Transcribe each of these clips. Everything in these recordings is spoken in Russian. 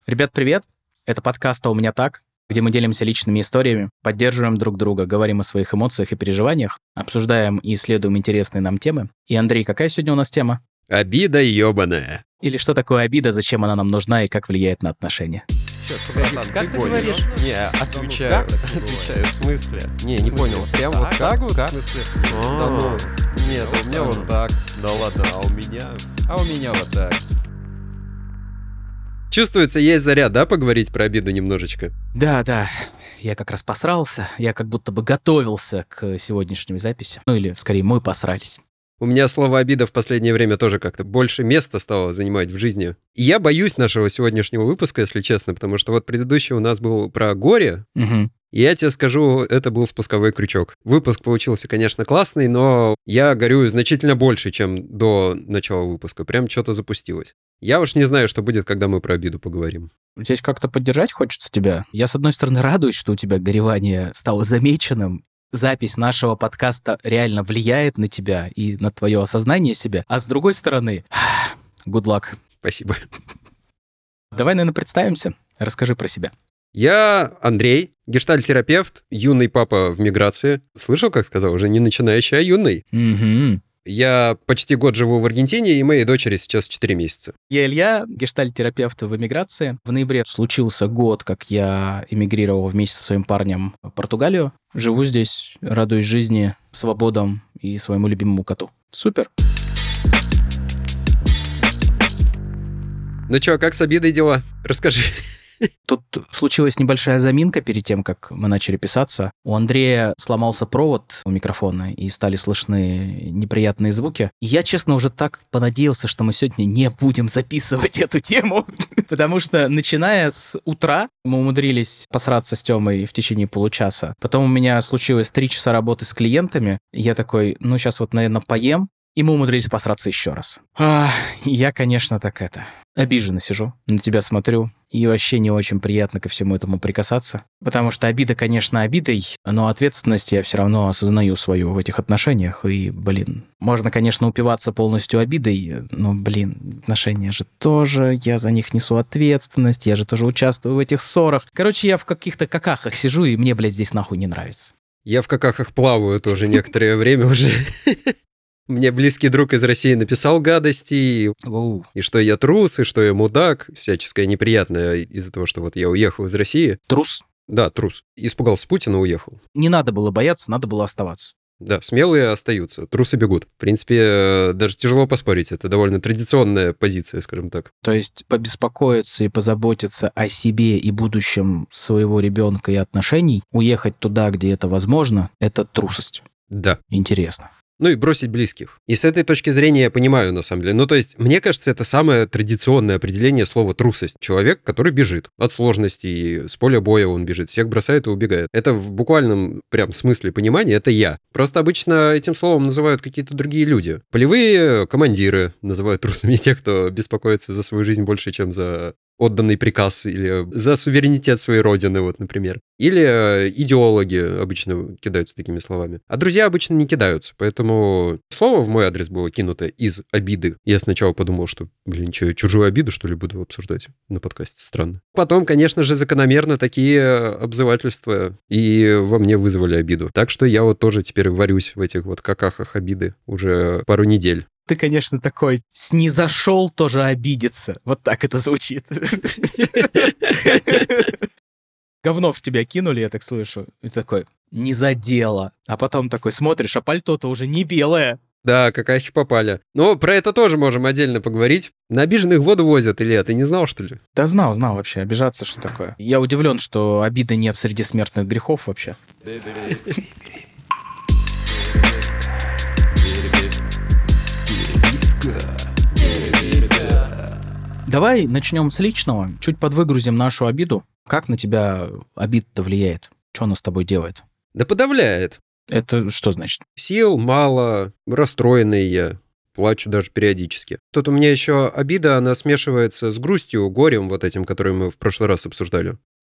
Ребят, привет! Это подкаст «А у меня так», где мы делимся личными историями, поддерживаем друг друга, говорим о своих эмоциях и переживаниях, обсуждаем и исследуем интересные нам темы. И, Андрей, какая сегодня у нас тема? Обида ёбаная. Или что такое обида, зачем она нам нужна и как влияет на отношения? Сейчас, погоди, как ты говоришь? Не, отвечаю, в смысле? Не понял. Прям вот так вот, в смысле? Да ну, нет, у меня вот так. Да ладно, а у меня вот так. Чувствуется, есть заряд, да, поговорить про обиду немножечко? Да, я как раз посрался, я как будто бы готовился к сегодняшней записи. Ну или, скорее, мы посрались. У меня слово «обида» в последнее время тоже как-то больше места стало занимать в жизни. И я боюсь нашего сегодняшнего выпуска, если честно, потому что вот предыдущий у нас был про горе, и я тебе скажу, это был спусковой крючок. Выпуск получился, конечно, классный, но я горюю значительно больше, чем до начала выпуска. Прям что-то запустилось. Я уж не знаю, что будет, когда мы про обиду поговорим. Здесь как-то поддержать хочется тебя. Я, с одной стороны, радуюсь, что у тебя горевание стало замеченным. Запись нашего подкаста реально влияет на тебя и на твое осознание себя. А с другой стороны, good luck. Спасибо. Давай, наверное, представимся. Расскажи про себя. Я Андрей, гештальт-терапевт, юный папа в миграции. Слышал, как сказал? Уже не начинающий, а юный. Угу. Я почти год живу в Аргентине, и моей дочери сейчас 4 месяца. Я Илья, гештальт-терапевт в эмиграции. В ноябре случился год, как я эмигрировал вместе со своим парнем в Португалию. Живу здесь, радуюсь жизни, свободам и своему любимому коту. Супер. Ну чё, как с обидой дела? Расскажи. Тут случилась небольшая заминка перед тем, как мы начали писаться. У Андрея сломался провод у микрофона, и стали слышны неприятные звуки. И я, честно, уже так понадеялся, что мы сегодня не будем записывать эту тему, потому что, начиная с утра, мы умудрились посраться с Тёмой в течение получаса. Потом у меня случилось 3 часа работы с клиентами. И я такой, сейчас вот, наверное, поем. И мы умудрились посраться еще раз. Я, конечно, обиженно сижу, на тебя смотрю, и вообще не очень приятно ко всему этому прикасаться. Потому что обида, конечно, обидой, но ответственность я все равно осознаю свою в этих отношениях. И, можно, конечно, упиваться полностью обидой, но, отношения же тоже, я за них несу ответственность, я же тоже участвую в этих ссорах. Короче, я в каких-то какахах сижу, и мне, здесь нахуй не нравится. Я в какахах плаваю тоже некоторое время уже. Мне близкий друг из России написал гадости, и что я трус, и что я мудак, всяческое неприятное из-за того, что вот я уехал из России. Трус? Да, трус. Испугался Путина, уехал. Не надо было бояться, надо было оставаться. Да, смелые остаются, трусы бегут. В принципе, даже тяжело поспорить, это довольно традиционная позиция, скажем так. То есть побеспокоиться и позаботиться о себе и будущем своего ребенка и отношений, уехать туда, где это возможно, это трусость. Да. Интересно. Ну и бросить близких. И с этой точки зрения я понимаю, на самом деле. То есть, мне кажется, это самое традиционное определение слова «трусость». Человек, который бежит от сложностей, с поля боя он бежит, всех бросает и убегает. Это в буквальном прям смысле понимания, это я. Просто обычно этим словом называют какие-то другие люди. Полевые командиры называют трусами тех, кто беспокоится за свою жизнь больше, чем за отданный приказ или за суверенитет своей родины, вот, например. Или идеологи обычно кидаются такими словами. А друзья обычно не кидаются, поэтому слово в мой адрес было кинуто из обиды. Я сначала подумал, что, чужую обиду, что ли, буду обсуждать на подкасте? Странно. Потом, конечно же, закономерно такие обзывательства и во мне вызвали обиду. Так что я вот тоже теперь варюсь в этих вот какахах обиды уже пару недель. Ты, конечно, такой снизошел тоже обидеться. Вот так это звучит. Говно в тебя кинули, я так слышу. И такой, не задело. А потом такой смотришь, а пальто-то уже не белое. Да, какахи попали. Но про это тоже можем отдельно поговорить. На обиженных воду возят, Илья, ты не знал, что ли? Да знал вообще. Обижаться, что такое. Я удивлен, что обиды нет среди смертных грехов вообще. Давай начнем с личного, чуть подвыгрузим нашу обиду. Как на тебя обида-то влияет? Что она с тобой делает? Да подавляет. Это что значит? Сил мало, расстроенный я, плачу даже периодически. Тут у меня еще обида, она смешивается с грустью, горем вот этим, который мы в прошлый раз обсуждали.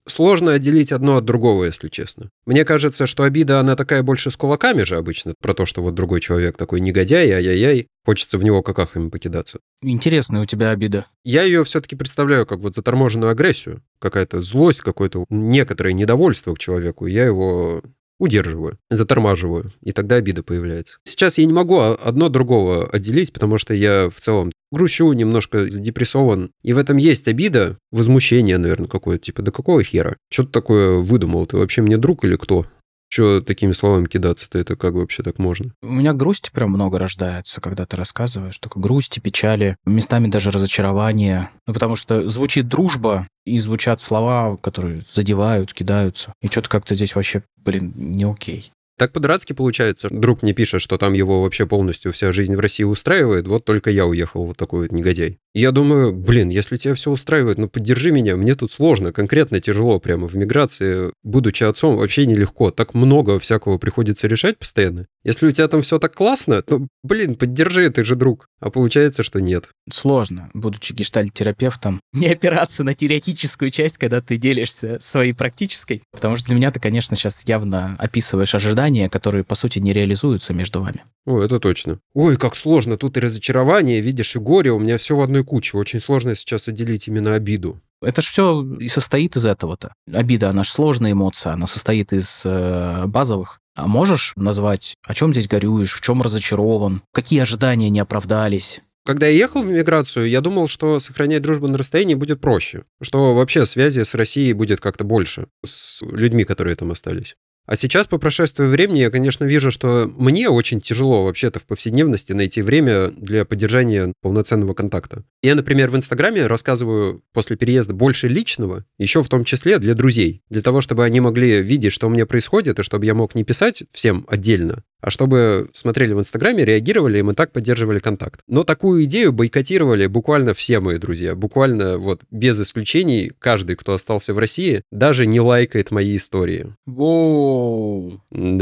Сложно отделить одно от другого, если честно. Мне кажется, что обида, она такая больше с кулаками же обычно, про то, что вот другой человек такой негодяй, ай-яй-яй, хочется в него какахами покидаться. Интересная у тебя обида. Я ее все-таки представляю как вот заторможенную агрессию, какая-то злость, какое-то некоторое недовольство к человеку, я его удерживаю, затормаживаю, и тогда обида появляется. Сейчас я не могу одно другого отделить, потому что я в целом грущу, немножко задепрессован, и в этом есть обида, возмущение, наверное, какое-то, типа, да какого хера? Что ты такое выдумал? Ты вообще мне друг или кто? Что такими словами кидаться-то? Это как вообще так можно? У меня грусти прям много рождается, когда ты рассказываешь. Только грусти, печали, местами даже разочарование. Ну, потому что звучит дружба, и звучат слова, которые задевают, кидаются. И что-то как-то здесь вообще, не окей. Так по-дурацки получается. Друг мне пишет, что там его вообще полностью вся жизнь в России устраивает, вот только я уехал, вот такой вот негодяй. И я думаю, если тебя все устраивает, поддержи меня, мне тут сложно, конкретно тяжело прямо в миграции, будучи отцом, вообще нелегко, так много всякого приходится решать постоянно. Если у тебя там все так классно, то, поддержи, ты же друг. А получается, что нет. Сложно, будучи гештальт-терапевтом, не опираться на теоретическую часть, когда ты делишься своей практической. Потому что для меня ты, конечно, сейчас явно описываешь ожидания, которые, по сути, не реализуются между вами. Ой, это точно. Ой, как сложно. Тут и разочарование, видишь, и горе. У меня все в одной куче. Очень сложно сейчас отделить именно обиду. Это ж все и состоит из этого-то. Обида, она ж сложная эмоция, она состоит из базовых. А можешь назвать, о чем здесь горюешь, в чем разочарован, какие ожидания не оправдались? Когда я ехал в эмиграцию, я думал, что сохранять дружбу на расстоянии будет проще, что вообще связи с Россией будет как-то больше, с людьми, которые там остались. А сейчас, по прошествию времени, я, конечно, вижу, что мне очень тяжело вообще-то в повседневности найти время для поддержания полноценного контакта. Я, например, в Инстаграме рассказываю после переезда больше личного, еще в том числе для друзей, для того, чтобы они могли видеть, что у меня происходит, и чтобы я мог не писать всем отдельно, а чтобы смотрели в Инстаграме, реагировали, и мы так поддерживали контакт. Но такую идею бойкотировали буквально все мои друзья. Буквально без исключений каждый, кто остался в России, даже не лайкает мои истории. Воу.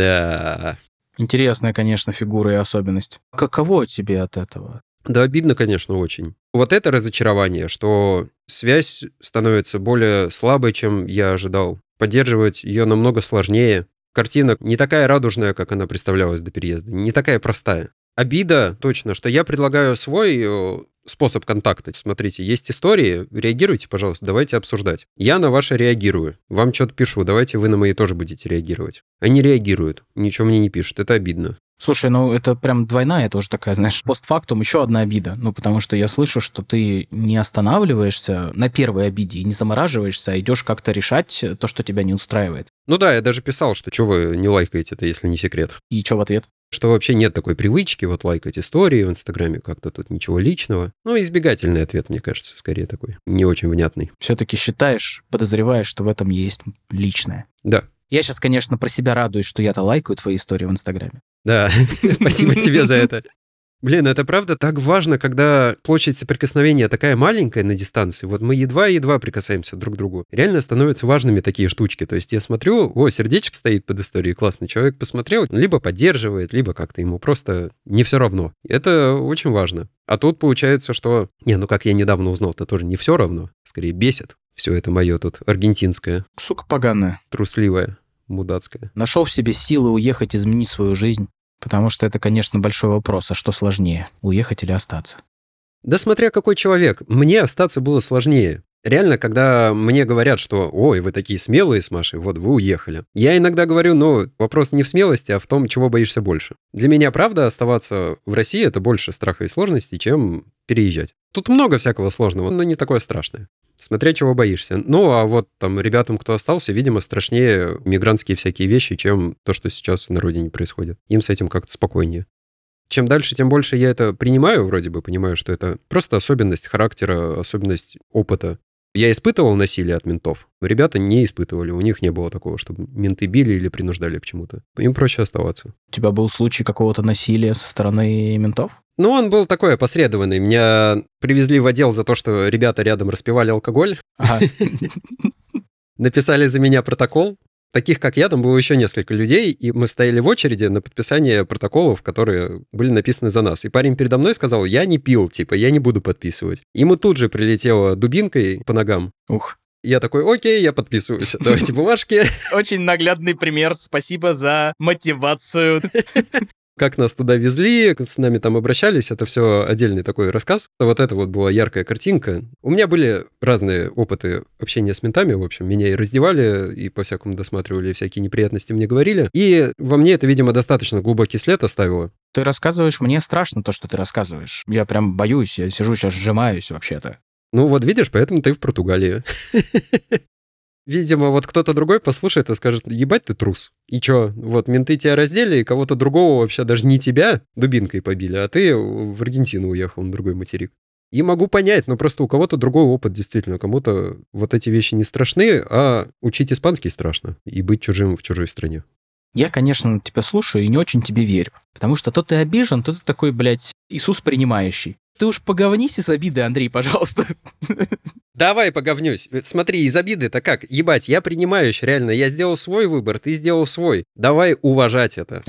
Да. Интересная, конечно, фигура и особенность. Каково тебе от этого? Да, обидно, конечно, очень. Вот это разочарование, что связь становится более слабой, чем я ожидал. Поддерживать ее намного сложнее. Картина не такая радужная, как она представлялась до переезда, не такая простая. Обида, точно, что я предлагаю свой способ контакта. Смотрите, есть истории, реагируйте, пожалуйста, давайте обсуждать. Я на ваши реагирую, вам что-то пишу, давайте вы на мои тоже будете реагировать. Они реагируют, ничего мне не пишут, это обидно. Слушай, это прям двойная тоже такая, знаешь, постфактум еще одна обида. Потому что я слышу, что ты не останавливаешься на первой обиде и не замораживаешься, а идешь как-то решать то, что тебя не устраивает. Ну да, я даже писал, что вы не лайкаете-то, если не секрет. И что в ответ? Что вообще нет такой привычки лайкать истории в Инстаграме, как-то тут ничего личного. Избегательный ответ, мне кажется, скорее такой, не очень внятный. Все-таки подозреваешь, что в этом есть личное. Да. Я сейчас, конечно, про себя радуюсь, что я-то лайкаю твои истории в Инстаграме. Да, спасибо тебе за это. Это правда так важно, когда площадь соприкосновения такая маленькая на дистанции. Мы едва-едва прикасаемся друг к другу. Реально становятся важными такие штучки. То есть я смотрю, сердечко стоит под историей, классный человек посмотрел, либо поддерживает, либо как-то ему просто не все равно. Это очень важно. А тут получается, что... как я недавно узнал, это тоже не все равно, скорее бесит. Все это мое тут аргентинское. Сука поганая. Трусливое, мудацкое. Нашел в себе силы уехать, изменить свою жизнь. Потому что это, конечно, большой вопрос, а что сложнее, уехать или остаться? Да смотря какой человек. Мне остаться было сложнее. Реально, когда мне говорят, что «Ой, вы такие смелые с Машей, вы уехали». Я иногда говорю, вопрос не в смелости, а в том, чего боишься больше. Для меня, правда, оставаться в России – это больше страха и сложностей, чем переезжать. Тут много всякого сложного, но не такое страшное. Смотря чего боишься. Ребятам, кто остался, видимо, страшнее мигрантские всякие вещи, чем то, что сейчас на родине происходит. Им с этим как-то спокойнее. Чем дальше, тем больше я это принимаю, вроде бы понимаю, что это просто особенность характера, особенность опыта. Я испытывал насилие от ментов. Ребята не испытывали, у них не было такого, чтобы менты били или принуждали к чему-то. Им проще оставаться. У тебя был случай какого-то насилия со стороны ментов? Он был такой опосредованный. Меня привезли в отдел за то, что ребята рядом распивали алкоголь. Написали за меня протокол. Таких, как я, там было еще несколько людей, и мы стояли в очереди на подписание протоколов, которые были написаны за нас. И парень передо мной сказал, я не пил, я не буду подписывать. Ему тут же прилетело дубинкой по ногам. Ух. Я такой, окей, я подписываюсь. Давайте бумажки. Очень наглядный пример. Спасибо за мотивацию. Как нас туда везли, с нами там обращались, это все отдельный такой рассказ. Вот это вот была яркая картинка. У меня были разные опыты общения с ментами, в общем, меня и раздевали, и по-всякому досматривали, и всякие неприятности мне говорили. И во мне это, видимо, достаточно глубокий след оставило. Ты рассказываешь, мне страшно то, что ты рассказываешь. Я прям боюсь, я сижу сейчас, сжимаюсь вообще-то. Ну вот видишь, поэтому ты в Португалии. Видимо, вот кто-то другой послушает и скажет, ебать ты трус. И чё, вот менты тебя раздели, и кого-то другого вообще даже не тебя дубинкой побили, а ты в Аргентину уехал на другой материк. И могу понять, но просто у кого-то другой опыт действительно. Кому-то вот эти вещи не страшны, а учить испанский страшно и быть чужим в чужой стране. Я, конечно, тебя слушаю и не очень тебе верю. Потому что то ты обижен, то ты такой, блядь, Иисус принимающий. Ты уж поговнись из обиды, Андрей, пожалуйста. Давай поговнюсь. Смотри, из обиды-то как? Ебать, я принимающий, реально. Я сделал свой выбор, ты сделал свой. Давай уважать это.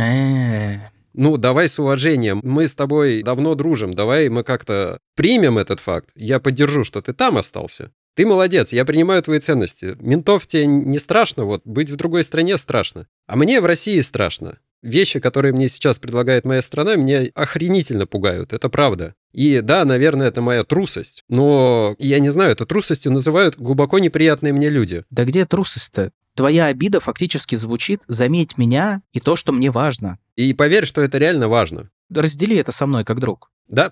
Ну, давай с уважением. Мы с тобой давно дружим. Давай мы как-то примем этот факт. Я поддержу, что ты там остался. Ты молодец, я принимаю твои ценности. Ментов тебе не страшно, вот быть в другой стране страшно. А мне в России страшно. Вещи, которые мне сейчас предлагает моя страна, меня охренительно пугают, это правда. И да, наверное, это моя трусость, но я не знаю, это трусостью называют глубоко неприятные мне люди. Да где трусость-то? Твоя обида фактически звучит «заметь меня и то, что мне важно». И поверь, что это реально важно. Раздели это со мной как друг. Да.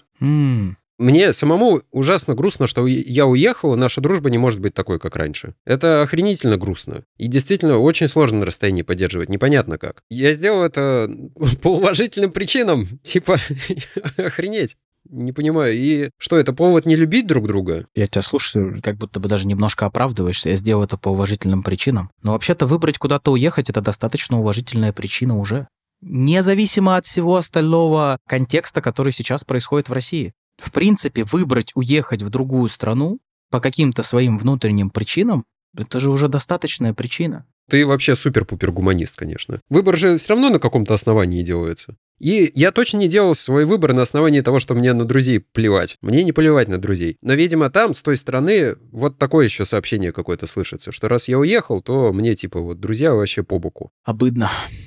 Мне самому ужасно грустно, что я уехал, и наша дружба не может быть такой, как раньше. Это охренительно грустно. И действительно очень сложно на расстоянии поддерживать, непонятно как. Я сделал это по уважительным причинам, типа охренеть. Не понимаю. И что, это повод не любить друг друга? Я тебя слушаю, как будто бы даже немножко оправдываешься. Я сделал это по уважительным причинам. Но вообще-то выбрать куда-то уехать — это достаточно уважительная причина уже. Независимо от всего остального контекста, который сейчас происходит в России. В принципе, выбрать уехать в другую страну по каким-то своим внутренним причинам — это же уже достаточная причина. Ты вообще супер-пупер гуманист, конечно. Выбор же все равно на каком-то основании делается. И я точно не делал свой выбор на основании того, что мне на друзей плевать. Мне не плевать на друзей. Но, видимо, там, с той стороны, вот такое еще сообщение какое-то слышится, что раз я уехал, то мне, типа, вот друзья вообще по боку. Обыдно.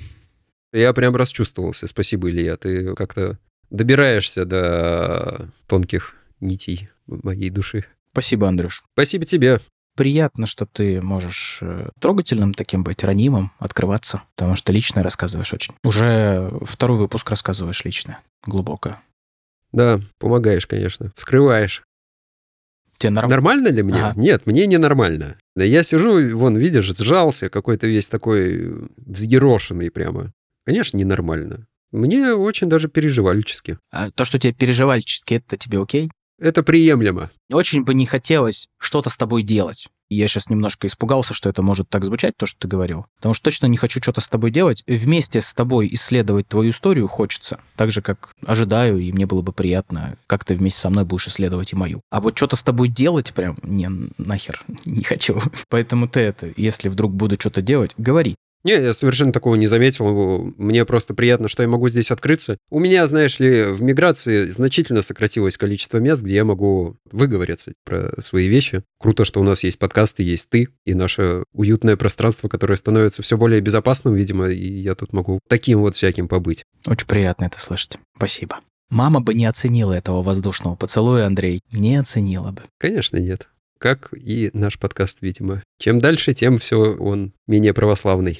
Я прям расчувствовался. Спасибо, Илья. Ты как-то добираешься до тонких нитей моей души. Спасибо, Андрюш. Спасибо тебе. Приятно, что ты можешь трогательным таким быть, ранимым, открываться, потому что личное рассказываешь очень. Уже второй выпуск рассказываешь личное, глубоко. Да, помогаешь, конечно. Вскрываешь. Тебе Нормально ли мне? Ага. Нет, мне не нормально. Да я сижу, вон, видишь, сжался, какой-то весь такой взъерошенный прямо. Конечно, ненормально. Мне очень даже переживальчески. А то, что тебе переживальчески, это тебе окей? Это приемлемо. Очень бы не хотелось что-то с тобой делать. И я сейчас немножко испугался, что это может так звучать, то, что ты говорил. Потому что точно не хочу что-то с тобой делать. Вместе с тобой исследовать твою историю хочется. Так же, как ожидаю, и мне было бы приятно, как ты вместе со мной будешь исследовать и мою. А вот что-то с тобой делать прям, не, нахер, не хочу. Поэтому ты это, если вдруг буду что-то делать, говори. Не, я совершенно такого не заметил. Мне просто приятно, что я могу здесь открыться. У меня, знаешь ли, в миграции значительно сократилось количество мест, где я могу выговориться про свои вещи. Круто, что у нас есть подкасты, есть ты и наше уютное пространство, которое становится все более безопасным, видимо, и я тут могу таким вот всяким побыть. Очень приятно это слышать. Спасибо. Мама бы не оценила этого воздушного поцелуя, Андрей. Не оценила бы. Конечно, нет. Как и наш подкаст, видимо. Чем дальше, тем все он менее православный.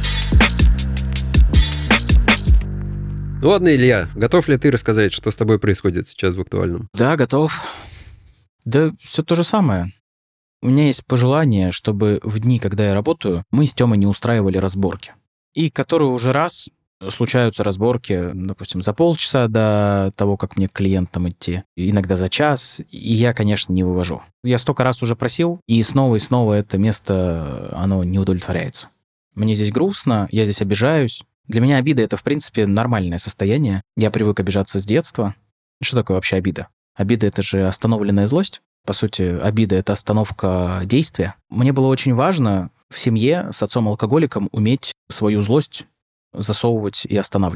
Ладно, Илья, готов ли ты рассказать, что с тобой происходит сейчас в актуальном? Да, готов. Да, все то же самое. У меня есть пожелание, чтобы в дни, когда я работаю, мы с Тёмой не устраивали разборки. И который уже раз случаются разборки, допустим, за полчаса до того, как мне к клиентам идти, иногда за час, и я, конечно, не вывожу. Я столько раз уже просил, и снова это место, оно не удовлетворяется. Мне здесь грустно, я здесь обижаюсь. Для меня обида — это, в принципе, нормальное состояние. Я привык обижаться с детства. Что такое вообще обида? Обида — это же остановленная злость. По сути, обида — это остановка действия. Мне было очень важно в семье с отцом-алкоголиком уметь свою злость засовывать и останавливать.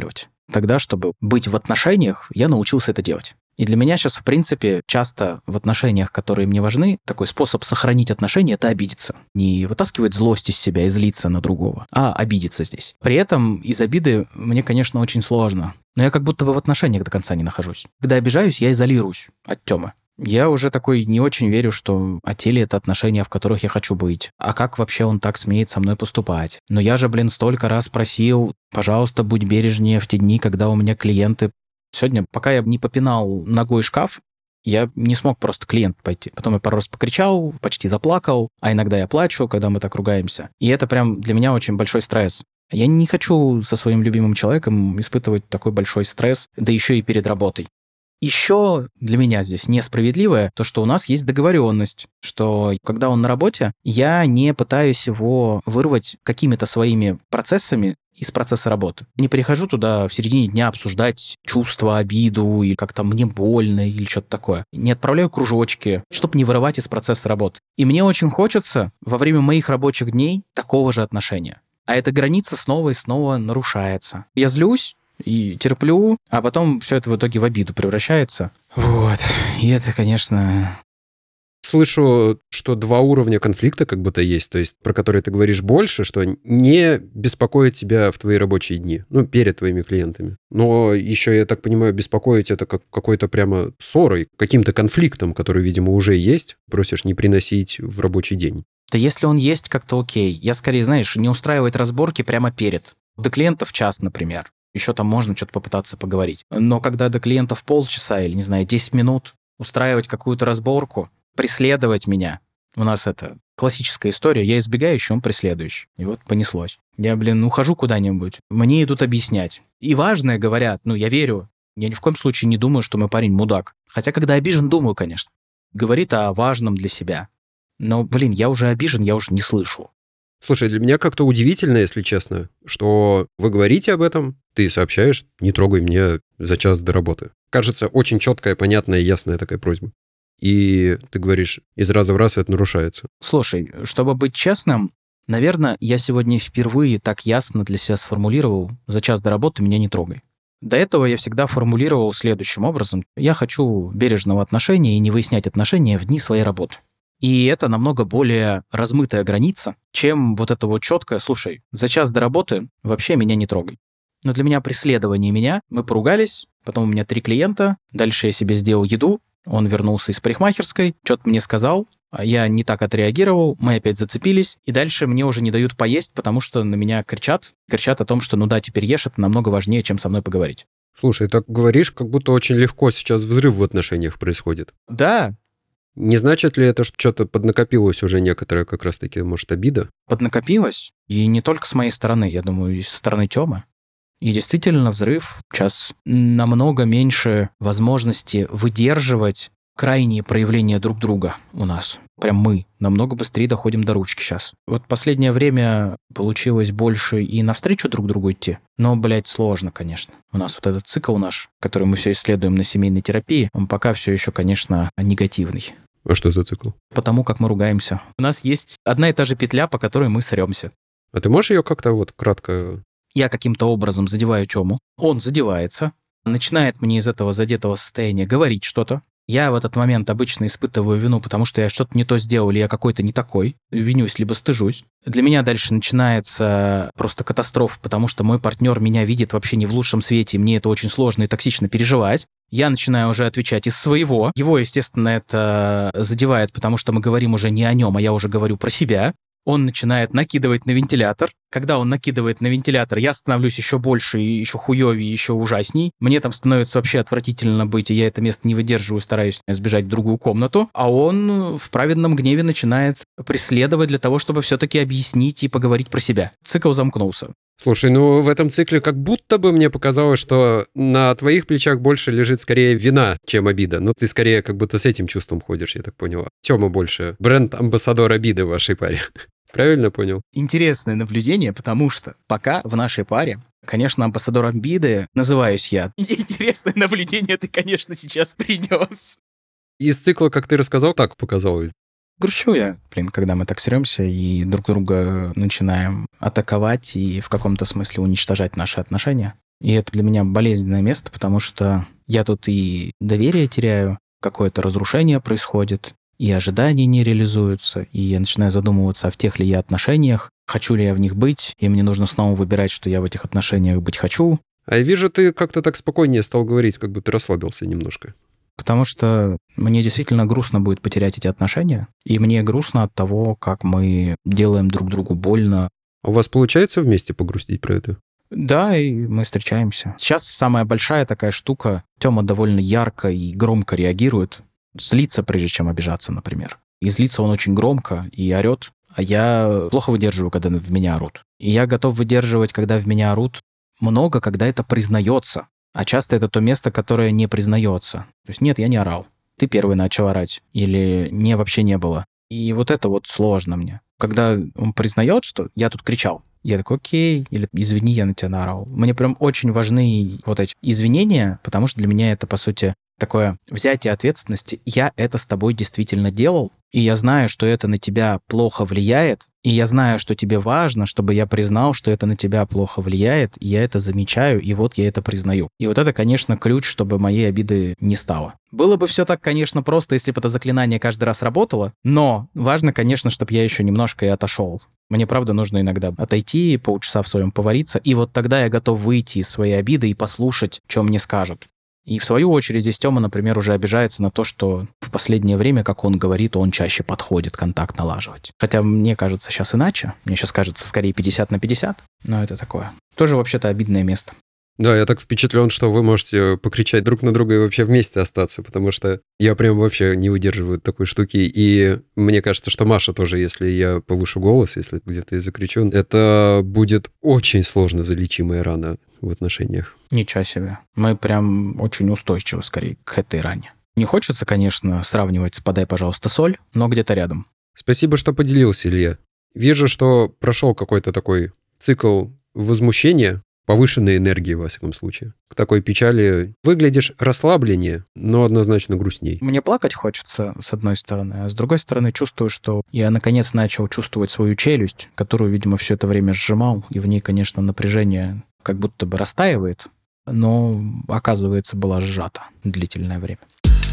Тогда, чтобы быть в отношениях, я научился это делать. И для меня сейчас, в принципе, часто в отношениях, которые мне важны, такой способ сохранить отношения — это обидеться. Не вытаскивать злость из себя и злиться на другого, а обидеться здесь. При этом из обиды мне, конечно, очень сложно. Но я как будто бы в отношениях до конца не нахожусь. Когда обижаюсь, я изолируюсь от Тёмы. Я уже такой не очень верю, что о теле — это отношения, в которых я хочу быть. А как вообще он так смеет со мной поступать? Но я же, столько раз просил, пожалуйста, будь бережнее в те дни, когда у меня клиенты. Сегодня, пока я не попинал ногой шкаф, я не смог просто клиент пойти. Потом я пару раз покричал, почти заплакал, а иногда я плачу, когда мы так ругаемся. И это прям для меня очень большой стресс. Я не хочу со своим любимым человеком испытывать такой большой стресс, да еще и перед работой. Еще для меня здесь несправедливое то, что у нас есть договоренность, что когда он на работе, я не пытаюсь его вырвать какими-то своими процессами из процесса работы. Не прихожу туда в середине дня обсуждать чувства, обиду, или как-то мне больно, или что-то такое. Не отправляю кружочки, чтобы не вырывать из процесса работы. И мне очень хочется во время моих рабочих дней такого же отношения. А эта граница снова и снова нарушается. Я злюсь и терплю, а потом все это в итоге в обиду превращается. Вот. И это, конечно... Слышу, что два уровня конфликта как будто есть, то есть про которые ты говоришь больше, что не беспокоит тебя в твои рабочие дни, перед твоими клиентами. Но еще, я так понимаю, беспокоить это как какой-то прямо ссорой, каким-то конфликтом, который, видимо, уже есть, просишь не приносить в рабочий день. Да если он есть, как-то окей. Я скорее, не устраивать разборки прямо перед. До клиентов час, например. Еще там можно что-то попытаться поговорить. Но когда до клиентов полчаса или, 10 минут, устраивать какую-то разборку, преследовать меня. У нас это классическая история. Я избегающий, он преследующий. И вот понеслось. Я, ухожу куда-нибудь. Мне идут объяснять. И важное говорят. Я верю. Я ни в коем случае не думаю, что мой парень мудак. Хотя, когда обижен, думаю, конечно. Говорит о важном для себя. Но, я уже обижен, я уже не слышу. Слушай, для меня как-то удивительно, если честно, что вы говорите об этом, ты сообщаешь, не трогай меня за час до работы. Кажется, очень четкая, понятная, ясная такая просьба. И ты говоришь, из раза в раз это нарушается. Слушай, чтобы быть честным, наверное, я сегодня впервые так ясно для себя сформулировал: за час до работы меня не трогай. До этого я всегда формулировал следующим образом: я хочу бережного отношения и не выяснять отношения в дни своей работы. И это намного более размытая граница, чем вот это вот четкое: слушай, за час до работы вообще меня не трогай. Но для меня преследование меня, мы поругались, потом у меня 3 клиента, дальше я себе сделал еду, он вернулся из парикмахерской, что-то мне сказал, я не так отреагировал, мы опять зацепились, и дальше мне уже не дают поесть, потому что на меня кричат о том, что теперь ешь, это намного важнее, чем со мной поговорить. Слушай, так говоришь, как будто очень легко сейчас взрыв в отношениях происходит. Да. Не значит ли это, что что-то поднакопилось уже некоторое, как раз-таки, может, обида? Поднакопилось, и не только с моей стороны, я думаю, и со стороны Тёмы. И действительно, взрыв. Сейчас намного меньше возможности выдерживать крайние проявления друг друга у нас. Прям мы намного быстрее доходим до ручки сейчас. Вот последнее время получилось больше и навстречу друг другу идти. Но, сложно, конечно. У нас вот этот цикл наш, который мы все исследуем на семейной терапии, он пока все еще, конечно, негативный. А что за цикл? Потому как мы ругаемся. У нас есть одна и та же петля, по которой мы срёмся. А ты можешь ее как-то кратко... Я каким-то образом задеваю Тёму, он задевается, начинает мне из этого задетого состояния говорить что-то. Я в этот момент обычно испытываю вину, потому что я что-то не то сделал, или я какой-то не такой. Винюсь, либо стыжусь. Для меня дальше начинается просто катастрофа, потому что мой партнер меня видит вообще не в лучшем свете, и мне это очень сложно и токсично переживать. Я начинаю уже отвечать из своего. Его, естественно, это задевает, потому что мы говорим уже не о нем, а я уже говорю про себя. Он начинает накидывать на вентилятор. Когда он накидывает на вентилятор, я становлюсь еще больше, и еще хуёвее, еще ужасней. Мне там становится вообще отвратительно быть, и я это место не выдерживаю, стараюсь сбежать в другую комнату. А он в праведном гневе начинает преследовать для того, чтобы все-таки объяснить и поговорить про себя. Цикл замкнулся. Слушай, в этом цикле как будто бы мне показалось, что на твоих плечах больше лежит скорее вина, чем обида. Ты скорее как будто с этим чувством ходишь, я так поняла. Тёма больше бренд-амбассадор обиды в вашей паре. Правильно понял? Интересное наблюдение, потому что пока в нашей паре, конечно, амбассадор обиды называюсь я. Интересное наблюдение ты, конечно, сейчас принес. Из цикла, как ты рассказал, так показалось. Грущу я, когда мы так срёмся и друг друга начинаем атаковать и в каком-то смысле уничтожать наши отношения. И это для меня болезненное место, потому что я тут и доверие теряю, какое-то разрушение происходит, и ожидания не реализуются, и я начинаю задумываться, а в тех ли я отношениях, хочу ли я в них быть, и мне нужно снова выбирать, что я в этих отношениях быть хочу. А я вижу, ты как-то так спокойнее стал говорить, как будто расслабился немножко. Потому что мне действительно грустно будет потерять эти отношения, и мне грустно от того, как мы делаем друг другу больно. А у вас получается вместе погрустить про это? Да, и мы встречаемся. Сейчас самая большая такая штука. Тёма довольно ярко и громко реагирует. Злится, прежде чем обижаться, например. И злится он очень громко и орёт, а я плохо выдерживаю, когда в меня орут. И я готов выдерживать, когда в меня орут, много, когда это признается. А часто это то место, которое не признается. То есть нет, я не орал. Ты первый начал орать. Или не, вообще не было. И вот это вот сложно мне. Когда он признает, что я тут кричал, я такой, окей, или извини, я на тебя наорал. Мне прям очень важны вот эти извинения, потому что для меня это, по сути, такое взятие ответственности. Я это с тобой действительно делал, и я знаю, что это на тебя плохо влияет, и я знаю, что тебе важно, чтобы я признал, что это на тебя плохо влияет, и я это замечаю, и вот я это признаю. И вот это, конечно, ключ, чтобы моей обиды не стало. Было бы все так, конечно, просто, если бы это заклинание каждый раз работало, но важно, конечно, чтобы я еще немножко и отошел. Мне, правда, нужно иногда отойти, полчаса в своем повариться, и вот тогда я готов выйти из своей обиды и послушать, что мне скажут. И в свою очередь здесь Тёма, например, уже обижается на то, что в последнее время, как он говорит, он чаще подходит контакт налаживать. Хотя мне кажется сейчас иначе. Мне сейчас кажется скорее 50/50, но это такое. Тоже вообще-то обидное место. Да, я так впечатлен, что вы можете покричать друг на друга и вообще вместе остаться, потому что я прям вообще не выдерживаю такой штуки. И мне кажется, что Маша тоже, если я повышу голос, если где-то я закричу, это будет очень сложно залечимая рана в отношениях. Ничего себе. Мы прям очень устойчивы скорее к этой ране. Не хочется, конечно, сравнивать с «Подай, пожалуйста, соль», но где-то рядом. Спасибо, что поделился, Илья. Вижу, что прошел какой-то такой цикл возмущения, повышенной энергии, во всяком случае. К такой печали выглядишь расслабленнее, но однозначно грустней. Мне плакать хочется, с одной стороны, а с другой стороны чувствую, что я наконец начал чувствовать свою челюсть, которую, видимо, все это время сжимал, и в ней, конечно, напряжение как будто бы растаивает, но, оказывается, была сжата длительное время.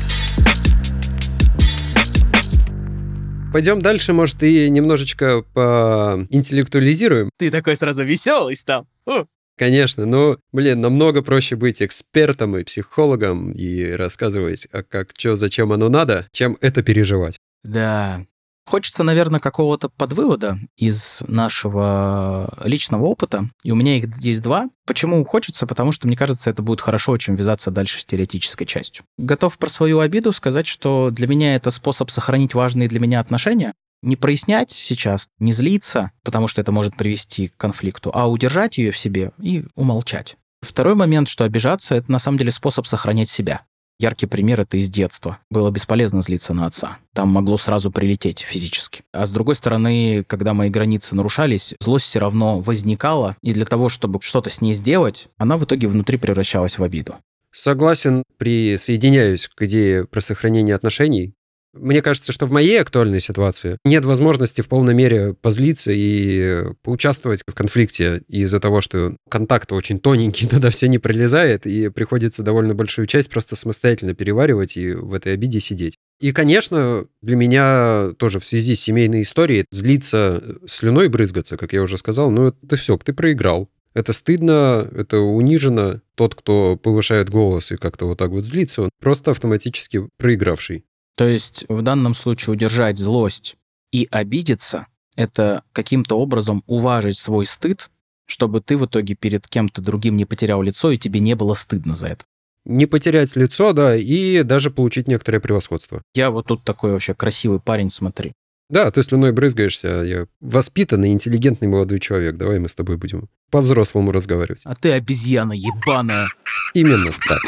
Пойдем дальше, может, и немножечко поинтеллектуализируем. Ты такой сразу веселый стал. Конечно, но, намного проще быть экспертом и психологом и рассказывать, как, что, зачем оно надо, чем это переживать. Да. Хочется, наверное, какого-то подвывода из нашего личного опыта, и у меня их есть два. Почему хочется? Потому что, мне кажется, это будет хорошо очень вязаться дальше с теоретической частью. Готов про свою обиду сказать, что для меня это способ сохранить важные для меня отношения, не прояснять сейчас, не злиться, потому что это может привести к конфликту, а удержать ее в себе и умолчать. Второй момент, что обижаться, это на самом деле способ сохранять себя. Яркий пример — это из детства. Было бесполезно злиться на отца. Там могло сразу прилететь физически. А с другой стороны, когда мои границы нарушались, злость все равно возникала, и для того, чтобы что-то с ней сделать, она в итоге внутри превращалась в обиду. Согласен, присоединяюсь к идее про сохранение отношений. Мне кажется, что в моей актуальной ситуации нет возможности в полной мере позлиться и поучаствовать в конфликте из-за того, что контакт очень тоненький, туда все не пролезает, и приходится довольно большую часть просто самостоятельно переваривать и в этой обиде сидеть. И, конечно, для меня тоже в связи с семейной историей злиться, слюной брызгаться, как я уже сказал, это все, ты проиграл. Это стыдно, это унижено. Тот, кто повышает голос и как-то вот так вот злится, он просто автоматически проигравший. То есть в данном случае удержать злость и обидеться — это каким-то образом уважить свой стыд, чтобы ты в итоге перед кем-то другим не потерял лицо, и тебе не было стыдно за это. Не потерять лицо, да, и даже получить некоторое превосходство. Я вот тут такой вообще красивый парень, смотри. Да, ты слюной брызгаешься, я воспитанный, интеллигентный молодой человек. Давай мы с тобой будем по-взрослому разговаривать. А ты обезьяна ебаная. Именно так.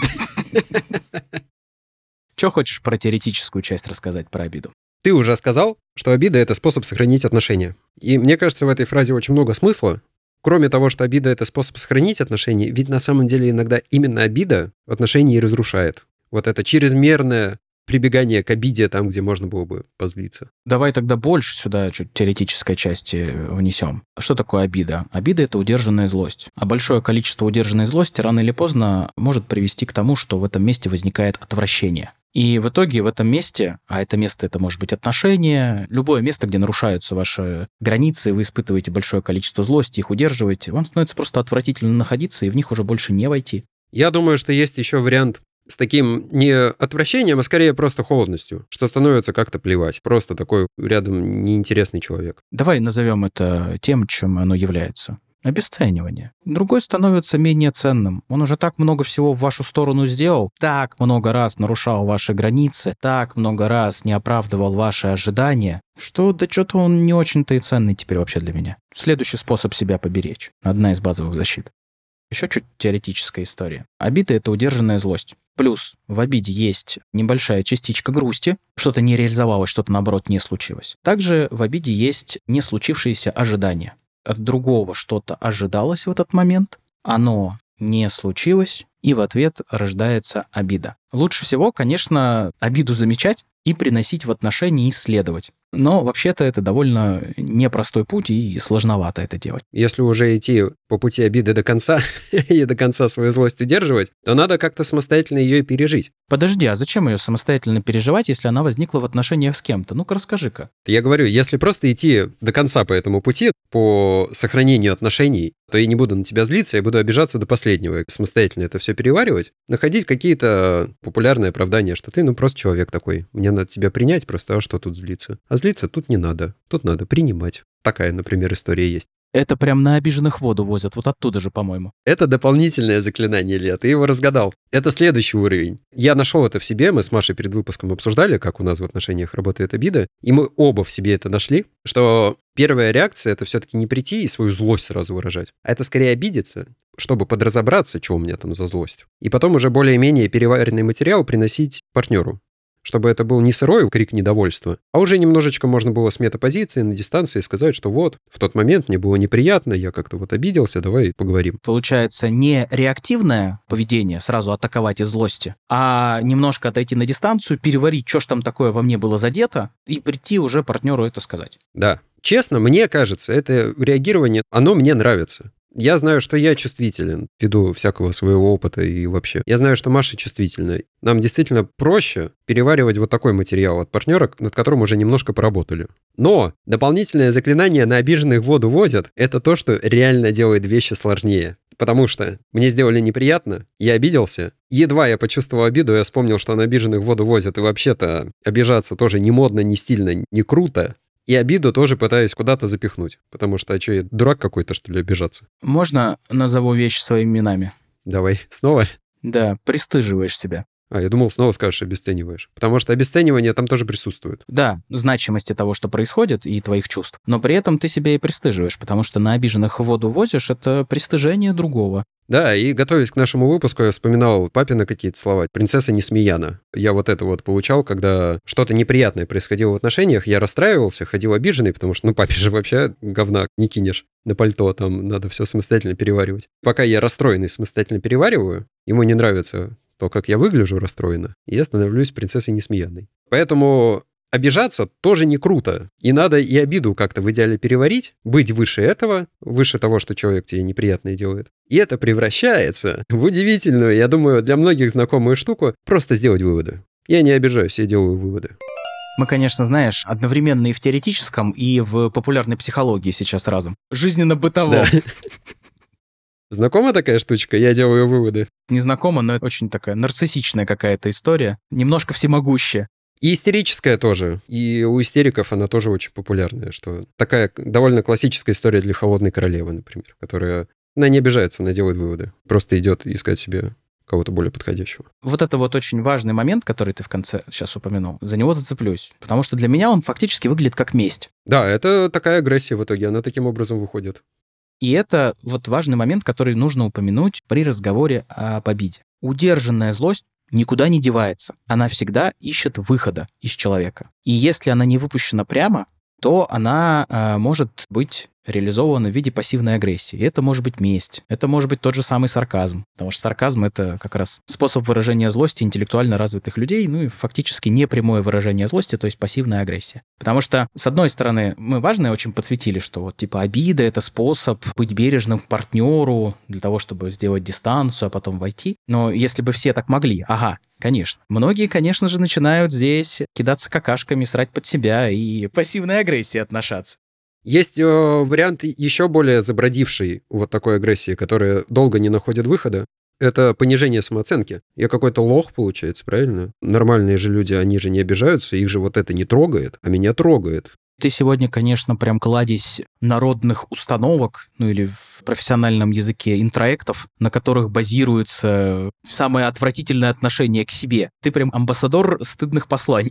Что хочешь про теоретическую часть рассказать про обиду? Ты уже сказал, что обида — это способ сохранить отношения. И мне кажется, в этой фразе очень много смысла. Кроме того, что обида — это способ сохранить отношения, ведь на самом деле иногда именно обида отношения и разрушает. Вот это чрезмерное прибегание к обиде там, где можно было бы позлиться. Давай тогда больше сюда чуть теоретической части внесем. Что такое обида? Обида – это удержанная злость. А большое количество удержанной злости рано или поздно может привести к тому, что в этом месте возникает отвращение. И в итоге в этом месте, а это место, это может быть отношения, любое место, где нарушаются ваши границы, вы испытываете большое количество злости, их удерживаете, вам становится просто отвратительно находиться, и в них уже больше не войти. Я думаю, что есть еще вариант с таким не отвращением, а скорее просто холодностью, что становится как-то плевать. Просто такой рядом неинтересный человек. Давай назовем это тем, чем оно является. Обесценивание. Другой становится менее ценным. Он уже так много всего в вашу сторону сделал, так много раз нарушал ваши границы, так много раз не оправдывал ваши ожидания, что да что-то он не очень-то и ценный теперь вообще для меня. Следующий способ себя поберечь. Одна из базовых защит. Еще чуть теоретическая история. Обида – это удержанная злость. Плюс в обиде есть небольшая частичка грусти, что-то не реализовалось, что-то, наоборот, не случилось. Также в обиде есть не случившиеся ожидания. От другого что-то ожидалось в этот момент, оно не случилось, и в ответ рождается обида. Лучше всего, конечно, обиду замечать и приносить в отношения, исследовать. Но вообще-то это довольно непростой путь и сложновато это делать. Если уже идти по пути обиды до конца и до конца свою злость удерживать, то надо как-то самостоятельно ее и пережить. Подожди, а зачем ее самостоятельно переживать, если она возникла в отношениях с кем-то? Ну-ка расскажи-ка. Я говорю, если просто идти до конца по этому пути, по сохранению отношений, то я не буду на тебя злиться, я буду обижаться до последнего. И самостоятельно это все переваривать, находить какие-то популярные оправдания, что ты, просто человек такой. Мне надо тебя принять просто, а что тут злиться? А злиться тут не надо. Тут надо принимать. Такая, например, история есть. Это прям на обиженных воду возят, вот оттуда же, по-моему. Это дополнительное заклинание, Илья, ты его разгадал. Это следующий уровень. Я нашел это в себе, мы с Машей перед выпуском обсуждали, как у нас в отношениях работает обида, и мы оба в себе это нашли, что первая реакция — это все-таки не прийти и свою злость сразу выражать, а это скорее обидеться, чтобы подразобраться, что у меня там за злость. И потом уже более-менее переваренный материал приносить партнеру, чтобы это был не сырой крик недовольства, а уже немножечко можно было с метапозиции на дистанции сказать, что вот, в тот момент мне было неприятно, я как-то вот обиделся, давай поговорим. Получается, не реактивное поведение, сразу атаковать из злости, а немножко отойти на дистанцию, переварить, что ж там такое во мне было задето, и прийти уже партнеру это сказать. Да. Честно, мне кажется, это реагирование, оно мне нравится. Я знаю, что я чувствителен ввиду всякого своего опыта и вообще. Я знаю, что Маша чувствительна. Нам действительно проще переваривать вот такой материал от партнера, над которым уже немножко поработали. Но дополнительное заклинание на обиженных в воду водят — это то, что реально делает вещи сложнее. Потому что мне сделали неприятно, я обиделся. Едва я почувствовал обиду, я вспомнил, что на обиженных в воду возят, и вообще-то обижаться тоже не модно, не стильно, не круто. И обиду тоже пытаюсь куда-то запихнуть. Потому что, а что, я дурак какой-то, что ли, обижаться? Можно назову вещи своими именами? Давай, снова? Да, пристыживаешь себя. Я думал, снова скажешь, обесцениваешь. Потому что обесценивание там тоже присутствует. Да, значимости того, что происходит, и твоих чувств. Но при этом ты себя и пристыживаешь, потому что на обиженных в воду возишь — это пристыжение другого. Да, и готовясь к нашему выпуску, я вспоминал папины какие-то слова. «Принцесса Несмеяна». Я вот это вот получал, когда что-то неприятное происходило в отношениях, я расстраивался, ходил обиженный, потому что, папе же вообще говна не кинешь на пальто, там надо все самостоятельно переваривать. Пока я расстроенный самостоятельно перевариваю, ему не нравится то, как я выгляжу расстроенно, и я становлюсь принцессой Несмеяной. Поэтому обижаться тоже не круто. И надо и обиду как-то в идеале переварить, быть выше этого, выше того, что человек тебе неприятное делает. И это превращается в удивительную, я думаю, для многих знакомую штуку, просто сделать выводы. Я не обижаюсь, я делаю выводы. Мы, конечно, знаешь, одновременно и в теоретическом, и в популярной психологии сейчас разом. Жизненно-бытовом. Да. Знакома такая штучка? Я делаю выводы. Незнакома, но это очень такая нарциссичная какая-то история. Немножко всемогущая. И истерическая тоже. И у истериков она тоже очень популярная, что такая довольно классическая история для холодной королевы, например, которая, она не обижается, она делает выводы. Просто идет искать себе кого-то более подходящего. Вот это вот очень важный момент, который ты в конце сейчас упомянул. За него зацеплюсь. Потому что для меня он фактически выглядит как месть. Да, это такая агрессия в итоге, она таким образом выходит. И это вот важный момент, который нужно упомянуть при разговоре об обиде. Удержанная злость никуда не девается. Она всегда ищет выхода из человека. И если она не выпущена прямо, то она может быть реализовано в виде пассивной агрессии. И это может быть месть, это может быть тот же самый сарказм, потому что сарказм — это как раз способ выражения злости интеллектуально развитых людей, ну и фактически непрямое выражение злости, то есть пассивная агрессия. Потому что, с одной стороны, мы важное очень подсветили, что вот типа обида — это способ быть бережным к партнеру для того, чтобы сделать дистанцию, а потом войти. Но если бы все так могли, конечно. Многие, конечно же, начинают здесь кидаться какашками, срать под себя и пассивной агрессией отношаться. Есть вариант еще более забродивший вот такой агрессии, которая долго не находит выхода. Это понижение самооценки. Я какой-то лох, получается, правильно? Нормальные же люди, они же не обижаются, их же вот это не трогает, а меня трогает. Ты сегодня, конечно, прям кладезь народных установок, ну или в профессиональном языке интроектов, на которых базируется самое отвратительное отношение к себе. Ты прям амбассадор стыдных посланий.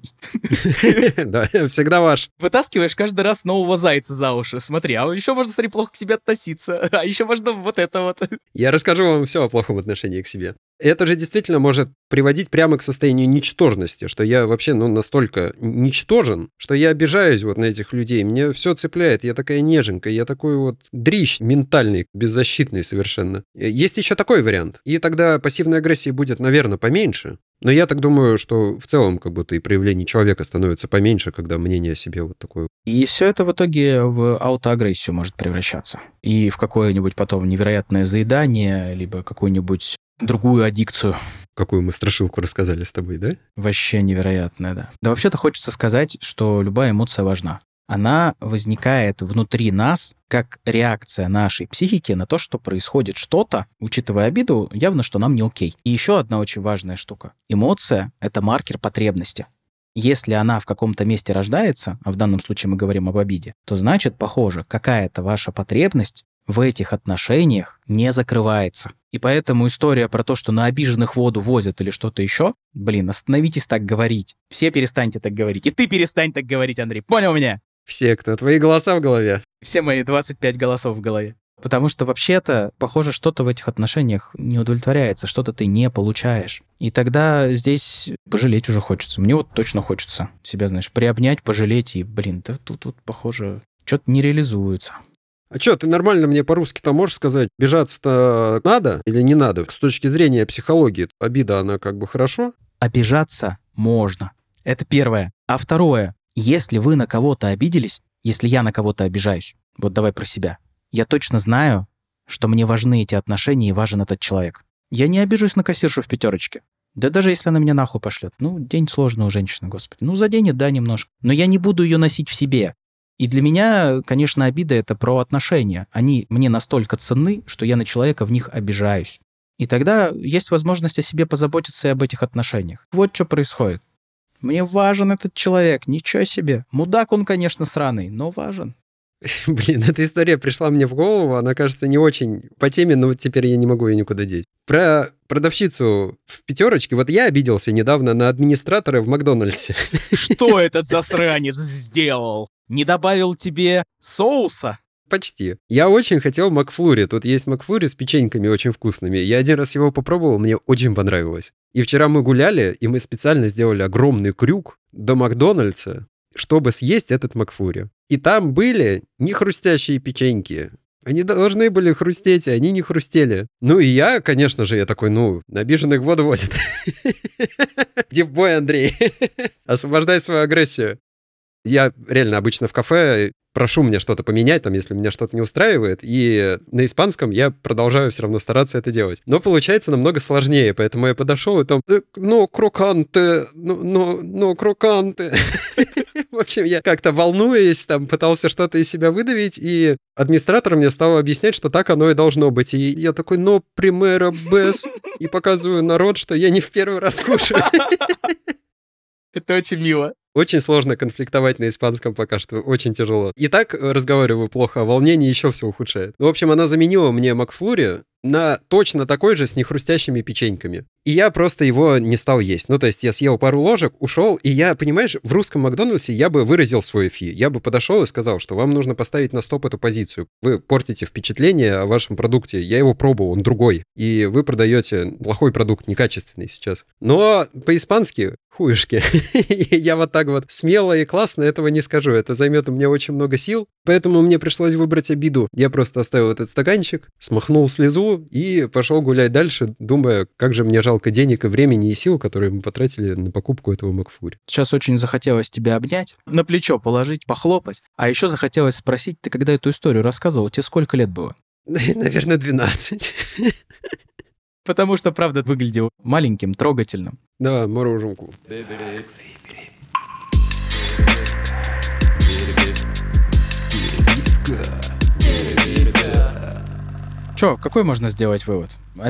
Да, всегда ваш. Вытаскиваешь каждый раз нового зайца за уши. Смотри, а еще можно, смотри, плохо к себе относиться, а еще можно вот это вот. Я расскажу вам все о плохом отношении к себе. Это же действительно может приводить прямо к состоянию ничтожности, что я вообще, настолько ничтожен, что я обижаюсь вот на этих людей, мне все цепляет, я такая неженка, я такой вот дрищ ментальный, беззащитный совершенно. Есть еще такой вариант, и тогда пассивной агрессии будет, наверное, поменьше, но я так думаю, что в целом как будто и проявлений человека становится поменьше, когда мнение о себе вот такое. И все это в итоге в аутоагрессию может превращаться. И в какое-нибудь потом невероятное заедание, либо какую-нибудь другую аддикцию. Какую мы страшилку рассказали с тобой, да? Вообще невероятное, да. Да вообще-то хочется сказать, что любая эмоция важна. Она возникает внутри нас как реакция нашей психики на то, что происходит что-то, учитывая обиду, явно, что нам не окей. И еще одна очень важная штука. Эмоция — это маркер потребности. Если она в каком-то месте рождается, а в данном случае мы говорим об обиде, то значит, похоже, какая-то ваша потребность в этих отношениях не закрывается. И поэтому история про то, что на обиженных воду возят или что-то еще, остановитесь так говорить. Все перестаньте так говорить. И ты перестань так говорить, Андрей. Понял меня? Все, кто твои голоса в голове. Все мои 25 голосов в голове. Потому что вообще-то, похоже, что-то в этих отношениях не удовлетворяется, что-то ты не получаешь. И тогда здесь пожалеть уже хочется. Мне вот точно хочется себя, знаешь, приобнять, пожалеть. И, да тут похоже, что-то не реализуется. А что, ты нормально мне по-русски-то можешь сказать, бежаться-то надо или не надо? С точки зрения психологии, обида, она как бы хорошо? Обижаться можно. Это первое. А второе, если вы на кого-то обиделись, если я на кого-то обижаюсь, вот давай про себя, я точно знаю, что мне важны эти отношения и важен этот человек. Я не обижусь на кассиршу в пятерочке. Да даже если она меня нахуй пошлет. День сложный у женщины, господи. Заденет, да, немножко. Но я не буду ее носить в себе. И для меня, конечно, обида — это про отношения. Они мне настолько ценны, что я на человека в них обижаюсь. И тогда есть возможность о себе позаботиться и об этих отношениях. Вот что происходит. Мне важен этот человек, ничего себе. Мудак он, конечно, сраный, но важен. Эта история пришла мне в голову, она, кажется, не очень по теме, но вот теперь я не могу ее никуда деть. Про продавщицу в пятерочке. Вот я обиделся недавно на администратора в Макдональдсе. Что этот засранец сделал? Не добавил тебе соуса? Почти. Я очень хотел Макфлури. Тут есть Макфлури с печеньками очень вкусными. Я один раз его попробовал, мне очень понравилось. И вчера мы гуляли, и мы специально сделали огромный крюк до Макдональдса, чтобы съесть этот Макфлури. И там были не хрустящие печеньки. Они должны были хрустеть, а они не хрустели. И я, конечно же, я такой, обиженных в воду возят. Иди в бой, Андрей. Освобождай свою агрессию. Я реально обычно в кафе прошу мне что-то поменять, если меня что-то не устраивает, и на испанском я продолжаю все равно стараться это делать. Но получается намного сложнее, поэтому я подошел и там, кроканте, кроканте. В общем, я как-то волнуясь, пытался что-то из себя выдавить, и администратор мне стал объяснять, что так оно и должно быть. И я такой, примера без, и показываю народ, что я не в первый раз кушаю. Это очень мило. Очень сложно конфликтовать на испанском пока что, очень тяжело. И так разговариваю плохо, а волнение еще все ухудшает. В общем, она заменила мне Макфлури на точно такой же с нехрустящими печеньками. И я просто его не стал есть. То есть я съел пару ложек, ушел, и я, понимаешь, в русском Макдональдсе я бы выразил свой фи. Я бы подошел и сказал, что вам нужно поставить на стоп эту позицию. Вы портите впечатление о вашем продукте. Я его пробовал, он другой. И вы продаете плохой продукт, некачественный сейчас. Но по-испански Хуюшки. Я вот так вот смело и классно этого не скажу. Это займет у меня очень много сил. Поэтому мне пришлось выбрать обиду. Я просто оставил этот стаканчик, смахнул слезу и пошел гулять дальше, думая, как же мне жалко денег и времени и сил, которые мы потратили на покупку этого Макфлури. Сейчас очень захотелось тебя обнять, на плечо положить, похлопать. А еще захотелось спросить, ты когда эту историю рассказывал, тебе сколько лет было? Наверное, 12. Потому что, правда, выглядел маленьким, трогательным. Да, мороженку. Чё, какой можно сделать вывод?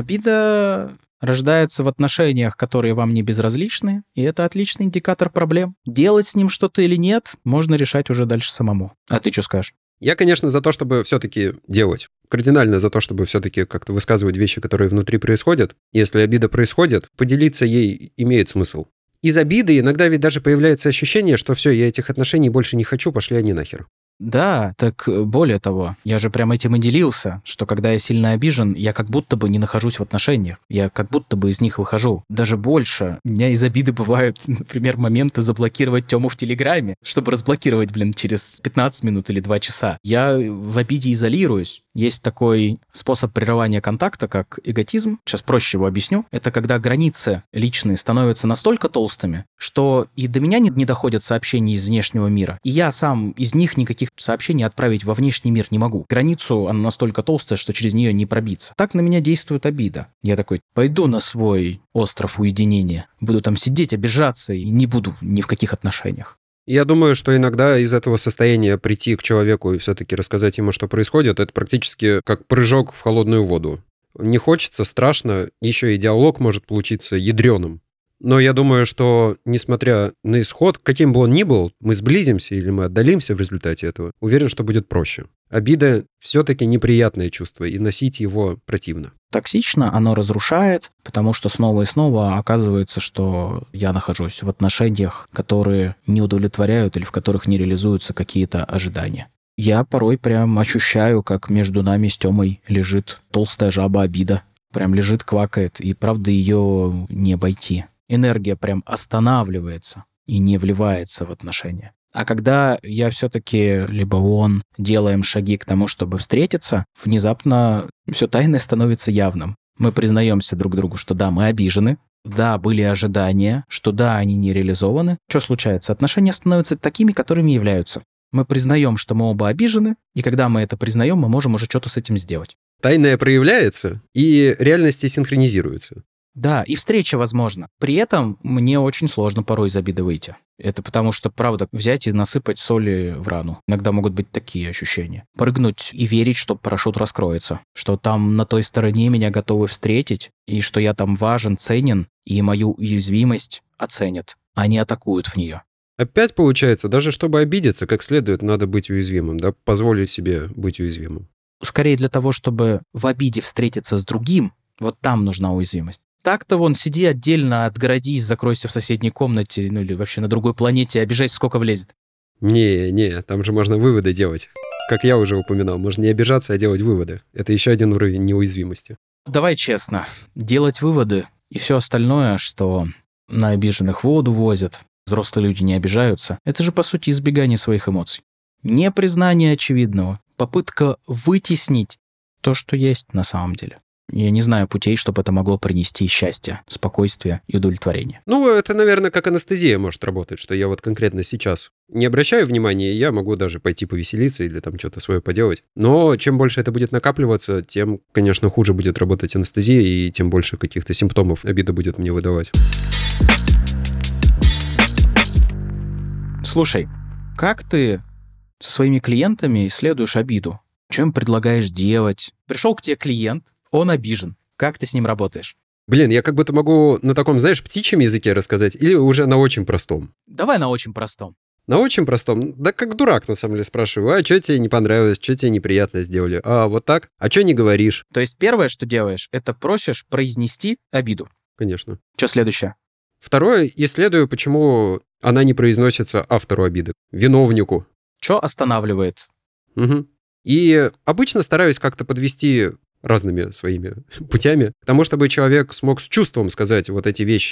Обида рождается в отношениях, которые вам не безразличны, и это отличный индикатор проблем. Делать с ним что-то или нет, можно решать уже дальше самому. А ты что скажешь? Я, конечно, за то, чтобы все-таки делать. Кардинально за то, чтобы все-таки как-то высказывать вещи, которые внутри происходят. Если обида происходит, поделиться ей имеет смысл. Из обиды иногда ведь даже появляется ощущение, что все, я этих отношений больше не хочу, пошли они нахер. Да, так более того, я же прям этим и делился, что когда я сильно обижен, я как будто бы не нахожусь в отношениях, я как будто бы из них выхожу. Даже больше. У меня из обиды бывают, например, моменты заблокировать Тему в Телеграме, чтобы разблокировать, через 15 минут или 2 часа. Я в обиде изолируюсь. Есть такой способ прерывания контакта, как эготизм. Сейчас проще его объясню. Это когда границы личные становятся настолько толстыми, что и до меня не доходят сообщения из внешнего мира, и я сам из них никаких сообщений отправить во внешний мир не могу. Границу, она настолько толстая, что через нее не пробиться. Так на меня действует обида. Я такой, пойду на свой остров уединения, буду там сидеть, обижаться и не буду ни в каких отношениях. Я думаю, что иногда из этого состояния прийти к человеку и все-таки рассказать ему, что происходит, это практически как прыжок в холодную воду. Не хочется, страшно, еще и диалог может получиться ядреным. Но я думаю, что, несмотря на исход, каким бы он ни был, мы сблизимся или мы отдалимся в результате этого, уверен, что будет проще. Обида все-таки неприятное чувство, и носить его противно. Токсично, оно разрушает, потому что снова и снова оказывается, что я нахожусь в отношениях, которые не удовлетворяют или в которых не реализуются какие-то ожидания. Я порой прям ощущаю, как между нами с Тёмой лежит толстая жаба обида. Прям лежит, квакает, и правда ее не обойти. Энергия прям останавливается и не вливается в отношения. А когда я все-таки, либо он, делаем шаги к тому, чтобы встретиться, внезапно все тайное становится явным. Мы признаемся друг другу, что да, мы обижены, да, были ожидания, что да, они не реализованы. Что случается? Отношения становятся такими, которыми являются. Мы признаем, что мы оба обижены, и когда мы это признаем, мы можем уже что-то с этим сделать. Тайное проявляется, и реальности синхронизируются. Да, и встреча возможна. При этом мне очень сложно порой из обиды выйти. Это потому что, правда, взять и насыпать соли в рану. Иногда могут быть такие ощущения. Прыгнуть и верить, что парашют раскроется. Что там на той стороне меня готовы встретить, и что я там важен, ценен, и мою уязвимость оценят. Они атакуют в нее. Опять получается, даже чтобы обидеться, как следует, надо быть уязвимым, да, позволить себе быть уязвимым. Скорее для того, чтобы в обиде встретиться с другим, вот там нужна уязвимость. Так-то вон, сиди отдельно, отгородись, закройся в соседней комнате, ну или вообще на другой планете, обижайся, сколько влезет. Не, там же можно выводы делать. Как я уже упоминал, можно не обижаться, а делать выводы. Это еще один уровень неуязвимости. Давай честно, делать выводы и все остальное, что на обиженных воду возят, взрослые люди не обижаются, это же, по сути, избегание своих эмоций. Непризнание очевидного, попытка вытеснить то, что есть на самом деле. Я не знаю путей, чтобы это могло принести счастье, спокойствие и удовлетворение. Ну, это, наверное, как анестезия может работать, что я вот конкретно сейчас не обращаю внимания, и я могу даже пойти повеселиться или там что-то свое поделать. Но чем больше это будет накапливаться, тем, конечно, хуже будет работать анестезия, и тем больше каких-то симптомов обида будет мне выдавать. Слушай, как ты со своими клиентами исследуешь обиду? Что им предлагаешь делать? Пришел к тебе клиент, он обижен. Как ты с ним работаешь? Блин, я как будто могу на таком, знаешь, птичьем языке рассказать или уже на очень простом. Давай на очень простом. На очень простом? Да как дурак, на самом деле, спрашиваю. А что тебе не понравилось? Что тебе неприятно сделали? А, вот так? А что не говоришь? То есть первое, что делаешь, это просишь произнести обиду. Конечно. Что следующее? Второе, исследую, почему она не произносится автору обиды, виновнику. Что останавливает? Угу. И обычно стараюсь как-то подвести разными своими путями к тому, чтобы человек смог с чувством сказать вот эти вещи,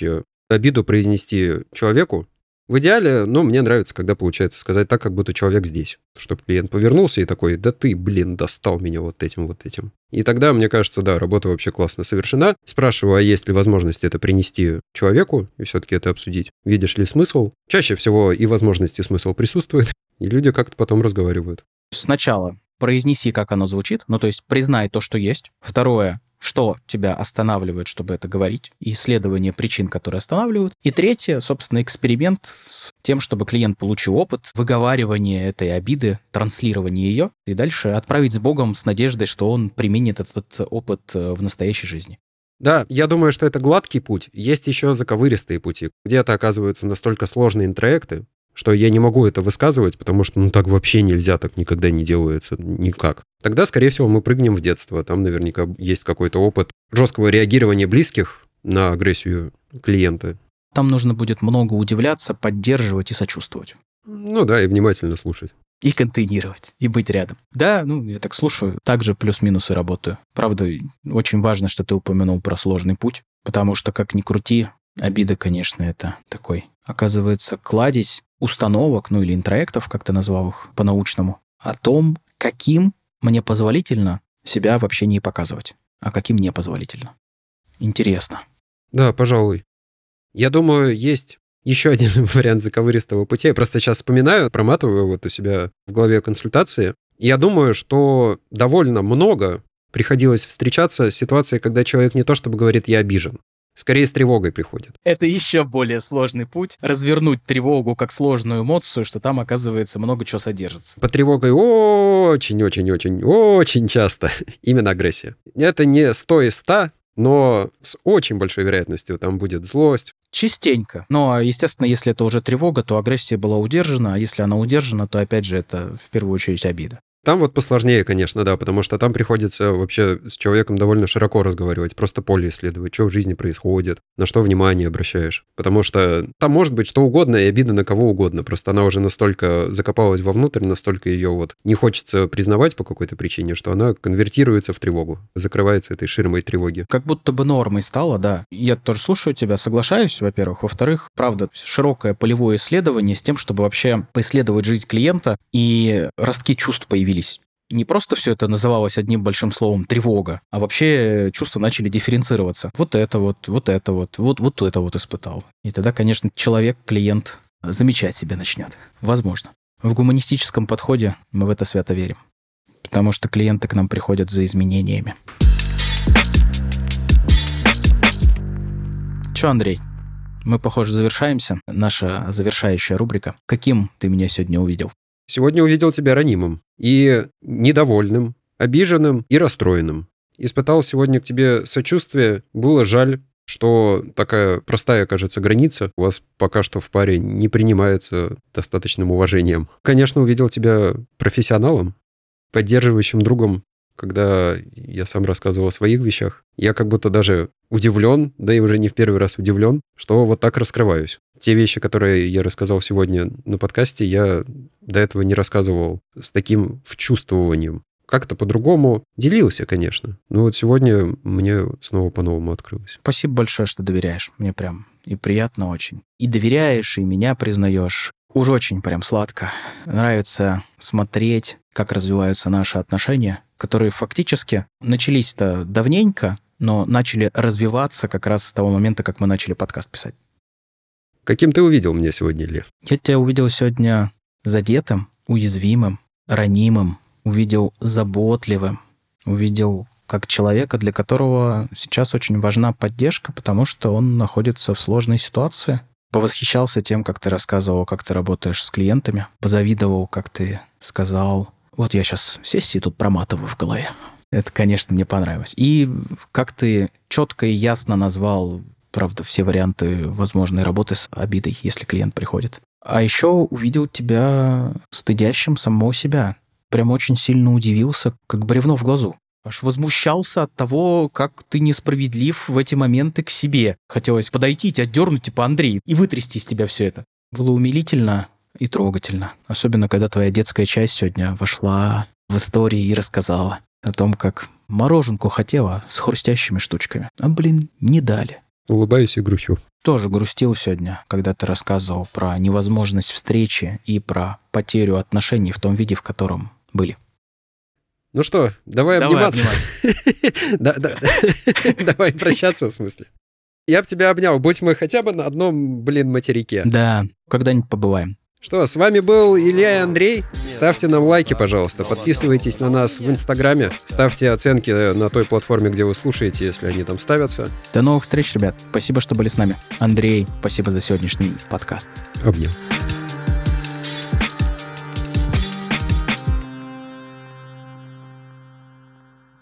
обиду произнести человеку. В идеале, мне нравится, когда получается сказать так, как будто человек здесь. Чтобы клиент повернулся и такой: да ты, достал меня вот этим. И тогда, мне кажется, да, работа вообще классно совершена. Спрашиваю, а есть ли возможность это принести человеку и все-таки это обсудить? Видишь ли смысл? Чаще всего и возможность, и смысл присутствует, и люди как-то потом разговаривают. Сначала произнеси, как оно звучит, то есть признай то, что есть. Второе, что тебя останавливает, чтобы это говорить, и исследование причин, которые останавливают. И третье, собственно, эксперимент с тем, чтобы клиент получил опыт выговаривания этой обиды, транслирования ее, и дальше отправить с Богом с надеждой, что он применит этот опыт в настоящей жизни. Да, я думаю, что это гладкий путь. Есть еще заковыристые пути. Где-то оказываются настолько сложные интроекты, что я не могу это высказывать, потому что так вообще нельзя, так никогда не делается, никак. Тогда, скорее всего, мы прыгнем в детство. Там наверняка есть какой-то опыт жесткого реагирования близких на агрессию клиента. Там нужно будет много удивляться, поддерживать и сочувствовать. Да, и внимательно слушать. И контейнировать, и быть рядом. Да, я так слушаю, также плюс-минусы работаю. Правда, очень важно, что ты упомянул про сложный путь, потому что, как ни крути, обида, конечно, это такой, оказывается, кладезь установок, или интроектов, как ты назвал их по-научному, о том, каким мне позволительно себя в общении показывать, а каким не позволительно. Интересно. Да, пожалуй. Я думаю, есть еще один вариант заковыристого пути. Я просто сейчас вспоминаю, проматываю у себя в голове консультации. И я думаю, что довольно много приходилось встречаться с ситуацией, когда человек не то чтобы говорит «я обижен», скорее с тревогой приходит. Это еще более сложный путь. Развернуть тревогу как сложную эмоцию, что там, оказывается, много чего содержится. Под тревогой очень часто именно агрессия. Это не 100 из 100, но с очень большой вероятностью там будет злость. Частенько. Но, естественно, если это уже тревога, то агрессия была удержана, а если она удержана, то, опять же, это в первую очередь обида. Там посложнее, конечно, да, потому что там приходится вообще с человеком довольно широко разговаривать, просто поле исследовать, что в жизни происходит, на что внимание обращаешь. Потому что там может быть что угодно и обида на кого угодно, просто она уже настолько закопалась вовнутрь, настолько ее не хочется признавать по какой-то причине, что она конвертируется в тревогу, закрывается этой ширмой тревоги. Как будто бы нормой стало, да. Я тоже слушаю тебя, соглашаюсь, во-первых. Во-вторых, правда, широкое полевое исследование с тем, чтобы вообще поисследовать жизнь клиента, и ростки чувств появились. Не просто все это называлось одним большим словом «тревога», а вообще чувства начали дифференцироваться. Вот это испытал. И тогда, конечно, человек, клиент замечать себя начнет. Возможно. В гуманистическом подходе мы в это свято верим. Потому что клиенты к нам приходят за изменениями. Че, Андрей, мы, похоже, завершаемся. Наша завершающая рубрика. Каким ты меня сегодня увидел? Сегодня увидел тебя ранимым и недовольным, обиженным и расстроенным. Испытал сегодня к тебе сочувствие. Было жаль, что такая простая, кажется, граница у вас пока что в паре не принимается достаточным уважением. Конечно, увидел тебя профессионалом, поддерживающим другом, когда я сам рассказывал о своих вещах. Я как будто даже удивлен, да и уже не в первый раз удивлен, что вот так раскрываюсь. Те вещи, которые я рассказал сегодня на подкасте, я до этого не рассказывал с таким вчувствованием. Как-то по-другому делился, конечно. Но сегодня мне снова по-новому открылось. Спасибо большое, что доверяешь. Мне прям и приятно очень. И доверяешь, и меня признаешь. Уж очень прям сладко. Нравится смотреть, как развиваются наши отношения, которые фактически начались-то давненько, но начали развиваться как раз с того момента, как мы начали подкаст писать. Каким ты увидел меня сегодня, Илья? Я тебя увидел сегодня задетым, уязвимым, ранимым, увидел заботливым, увидел как человека, для которого сейчас очень важна поддержка, потому что он находится в сложной ситуации. Повосхищался тем, как ты рассказывал, как ты работаешь с клиентами, позавидовал, как ты сказал. Вот я сейчас сессии тут проматываю в голове. Это, конечно, мне понравилось. И как ты четко и ясно назвал, правда, все варианты возможной работы с обидой, если клиент приходит. А еще увидел тебя стыдящим самого себя. Прям очень сильно удивился, как бревно в глазу. Аж возмущался от того, как ты несправедлив в эти моменты к себе. Хотелось подойти, тебя дернуть, типа Андрей, и вытрясти из тебя все это. Было умилительно и трогательно. Особенно, когда твоя детская часть сегодня вошла в истории и рассказала о том, как мороженку хотела с хрустящими штучками. А, не дали. Улыбаюсь и грущу. тоже грустил сегодня, когда ты рассказывал про невозможность встречи и про потерю отношений в том виде, в котором были. Ну что, давай обниматься. Давай прощаться, в смысле. Я бы тебя обнял, будь мы хотя бы на одном, материке. Да, когда-нибудь побываем. Что, с вами был Илья и Андрей. Ставьте нам лайки, пожалуйста. Подписывайтесь на нас в Инстаграме. Ставьте оценки на той платформе, где вы слушаете, если они там ставятся. До новых встреч, ребят. Спасибо, что были с нами. Андрей, спасибо за сегодняшний подкаст. Обнял.